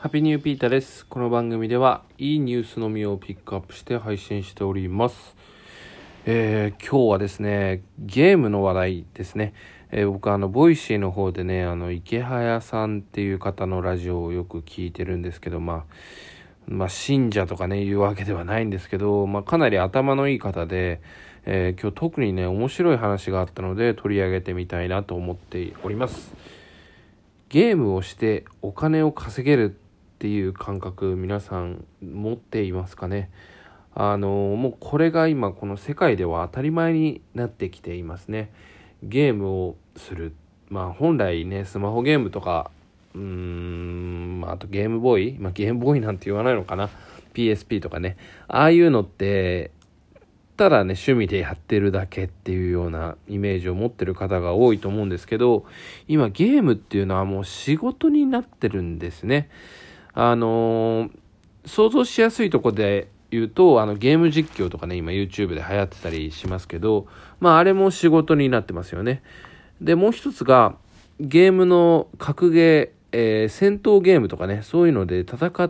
ハッピーニューピーターです。この番組ではいいニュースのみをピックアップして配信しております。今日はですね、ゲームの話題ですね。僕ボイシーの方でね、池早さんっていう方のラジオをよく聞いてるんですけど、信者とかね、いうわけではないんですけど、かなり頭のいい方で、今日特にね、面白い話があったので取り上げてみたいなと思っております。ゲームをしてお金を稼げるっていう感覚、皆さん持っていますかね。もうこれが今この世界では当たり前になってきていますね。ゲームをする。本来ね、スマホゲームとか、あとゲームボーイ、ゲームボーイなんて言わないのかな。PSP とかね。ああいうのって、ただね、趣味でやってるだけっていうようなイメージを持ってる方が多いと思うんですけど、今ゲームっていうのはもう仕事になってるんですね。想像しやすいところで言うと、ゲーム実況とかね、今 YouTube で流行ってたりしますけど、あれも仕事になってますよね。で、もう一つが、ゲームの格ゲー、戦闘ゲームとかね、そういうので戦って、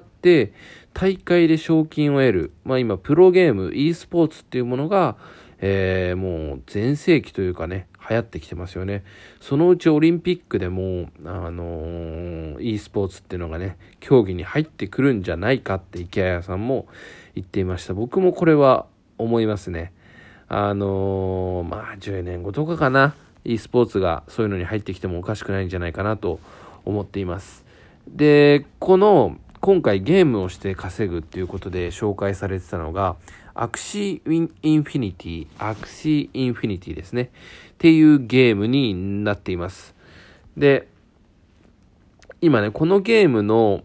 大会で賞金を得る。今、プロゲーム、e スポーツっていうものが、もう全盛期というかね、流行ってきてますよね。そのうちオリンピックでも、e スポーツっていうのがね、競技に入ってくるんじゃないかって池谷さんも言っていました。僕もこれは思いますね。10年後とかかな、e スポーツがそういうのに入ってきてもおかしくないんじゃないかなと思っています。で、今回ゲームをして稼ぐっていうことで紹介されてたのが、アクシーインフィニティですね。っていうゲームになっています。で、今ね、このゲームの、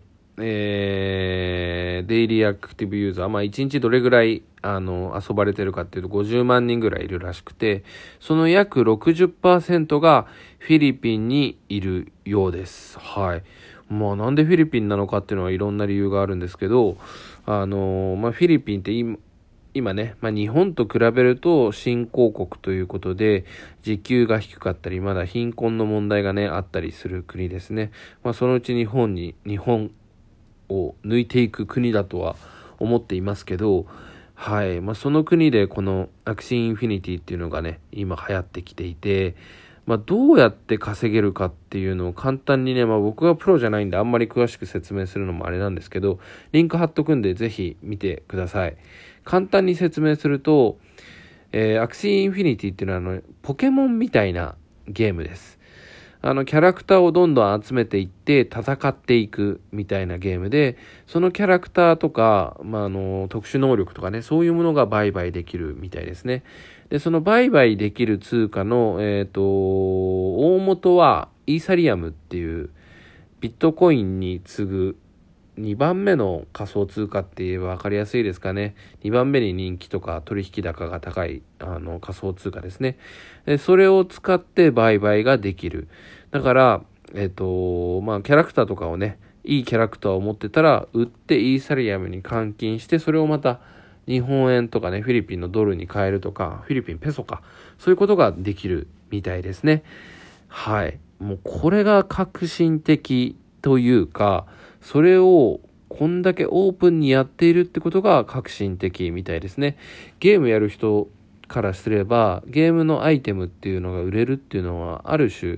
デイリーアクティブユーザー、1日どれぐらい、遊ばれてるかっていうと50万人ぐらいいるらしくて、その約 60% がフィリピンにいるようです。はい。なんでフィリピンなのかっていうのはいろんな理由があるんですけど、フィリピンって今ね、日本と比べると新興国ということで、時給が低かったり、まだ貧困の問題がね、あったりする国ですね。そのうち日本を抜いていく国だとは思っていますけど、はい。その国でこのアクシーインフィニティっていうのがね、今流行ってきていて、どうやって稼げるかっていうのを簡単にね、僕はプロじゃないんであんまり詳しく説明するのもあれなんですけど、リンク貼っとくんでぜひ見てください。簡単に説明すると、アクシーインフィニティっていうのはポケモンみたいなゲームです。キャラクターをどんどん集めていって戦っていくみたいなゲームで、そのキャラクターとか、特殊能力とかね、そういうものが売買できるみたいですね。で、その売買できる通貨の、大元はイーサリアムっていうビットコインに次ぐ2番目の仮想通貨って言えば分かりやすいですかね。2番目に人気とか取引高が高い仮想通貨ですね。それを使って売買ができる。だから、キャラクターとかをね、いいキャラクターを持ってたら、売ってイーサリアムに換金して、それをまた日本円とかね、フィリピンのドルに変えるとか、フィリピンペソか、そういうことができるみたいですね。はい。もうこれが革新的というか、それをこんだけオープンにやっているってことが革新的みたいですね。ゲームやる人からすれば、ゲームのアイテムっていうのが売れるっていうのは、ある種、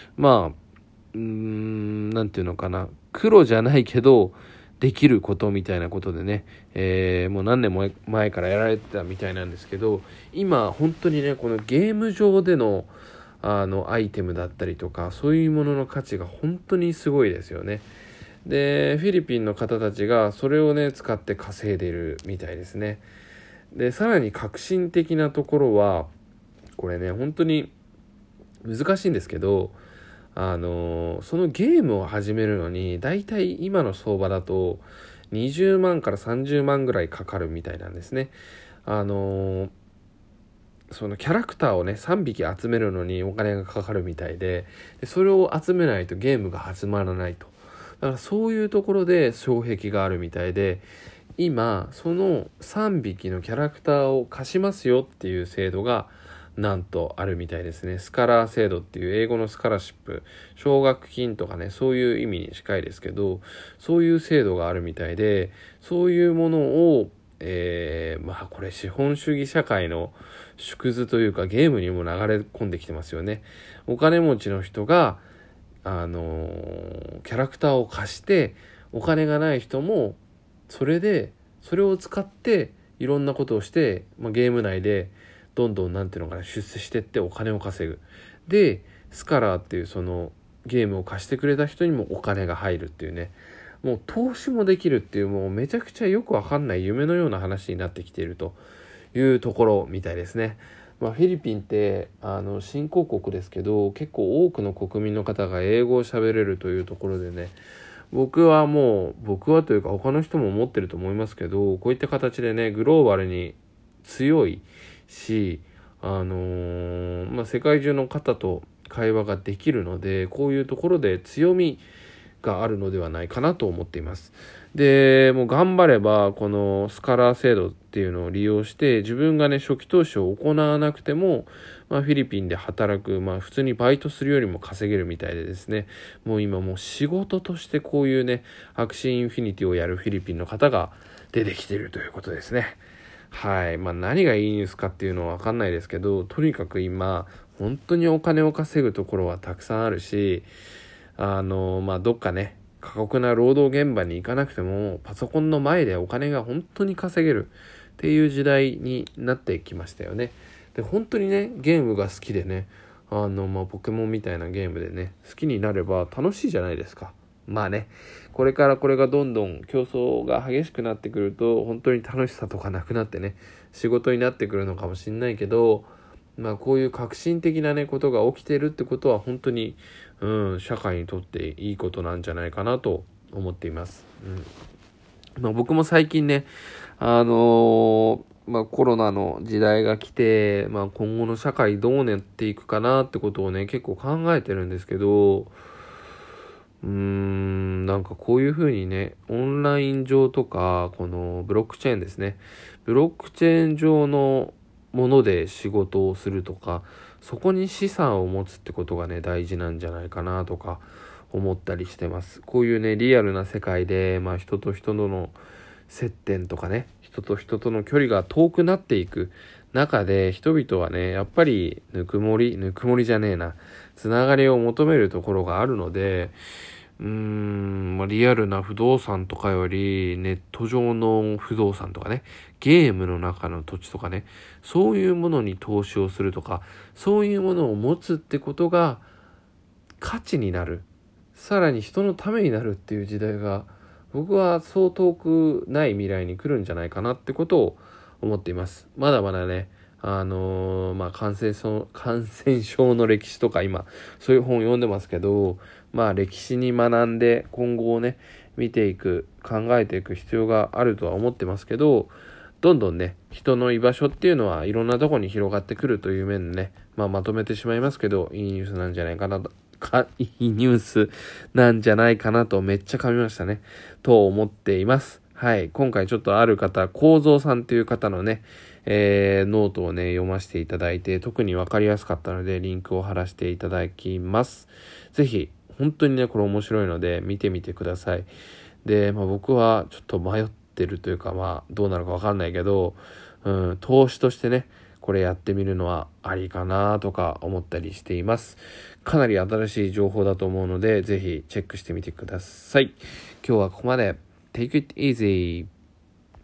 なんていうのかな、黒じゃないけど、できることみたいなことでね、もう何年も前からやられてたみたいなんですけど、今本当にね、このゲーム上でのアイテムだったりとか、そういうものの価値が本当にすごいですよね。で、フィリピンの方たちがそれをね、使って稼いでるみたいですね。で、さらに革新的なところは、これね、本当に難しいんですけど、そのゲームを始めるのに、だいたい今の相場だと、20万から30万ぐらいかかるみたいなんですね。そのキャラクターをね、3匹集めるのにお金がかかるみたいで、それを集めないとゲームが始まらないと。だからそういうところで障壁があるみたいで、今、その3匹のキャラクターを貸しますよっていう制度がなんとあるみたいですね。スカラー制度っていう英語のスカラシップ、奨学金とかね、そういう意味に近いですけど、そういう制度があるみたいで、そういうものを、これ資本主義社会の縮図というかゲームにも流れ込んできてますよね。お金持ちの人が、キャラクターを貸して、お金がない人も、それを使っていろんなことをして、ゲーム内で、どんどん出世してってお金を稼ぐ。で、スカラーっていうそのゲームを貸してくれた人にもお金が入るっていうね。もう投資もできるっていう、もうめちゃくちゃよくわかんない夢のような話になってきているというところみたいですね。フィリピンって新興国ですけど、結構多くの国民の方が英語を喋れるというところでね、僕はというか他の人も思ってると思いますけど、こういった形でね、グローバルに強いし、世界中の方と会話ができるので、こういうところで強みがあるのではないかなと思っています。で、もう頑張ればこのスカラー制度っていうのを利用して自分がね、初期投資を行わなくても、フィリピンで働く、普通にバイトするよりも稼げるみたいでですね、もう今もう仕事としてこういうね、アクシーインフィニティをやるフィリピンの方が出てきているということですね。はい。何がいいニュースかっていうのはわかんないですけど、とにかく今、本当にお金を稼ぐところはたくさんあるし、どっかね、過酷な労働現場に行かなくても、パソコンの前でお金が本当に稼げるっていう時代になってきましたよね。で、本当にね、ゲームが好きでね、ポケモンみたいなゲームでね、好きになれば楽しいじゃないですか。これからこれがどんどん競争が激しくなってくると、本当に楽しさとかなくなってね、仕事になってくるのかもしれないけど、こういう革新的なね、ことが起きてるってことは本当に、社会にとっていいことなんじゃないかなと思っています。僕も最近ね、コロナの時代が来て、今後の社会どうなっていくかなってことをね、結構考えてるんですけど、こういう風にね、オンライン上とか、このブロックチェーンですね。ブロックチェーン上のもので仕事をするとか、そこに資産を持つってことがね、大事なんじゃないかなとか思ったりしてます。こういうね、リアルな世界で、人と人との接点とかね、人と人との距離が遠くなっていく中で、人々はね、やっぱりぬくもりじゃねえな、つながりを求めるところがあるので、リアルな不動産とかよりネット上の不動産とかね、ゲームの中の土地とかね、そういうものに投資をするとか、そういうものを持つってことが価値になる、さらに人のためになるっていう時代が、僕はそう遠くない未来に来るんじゃないかなってことを思っています。まだまだね、感染症の歴史とか今そういう本を読んでますけど、歴史に学んで今後をね見ていく、考えていく必要があるとは思ってますけど、どんどんね人の居場所っていうのはいろんなところに広がってくるという面でね、まとめてしまいますけど、いいニュースなんじゃないかなとめっちゃ噛みましたねと思っています。はい、今回ちょっとある方、構造さんという方のね、ノートをね読ませていただいて、特に分かりやすかったのでリンクを貼らせていただきます。ぜひ本当にねこれ面白いので見てみてください。で、僕はちょっと迷ってるというか、どうなるか分かんないけど、投資としてねこれやってみるのはありかなとか思ったりしています。かなり新しい情報だと思うので、ぜひチェックしてみてください。今日はここまで。Take it easy.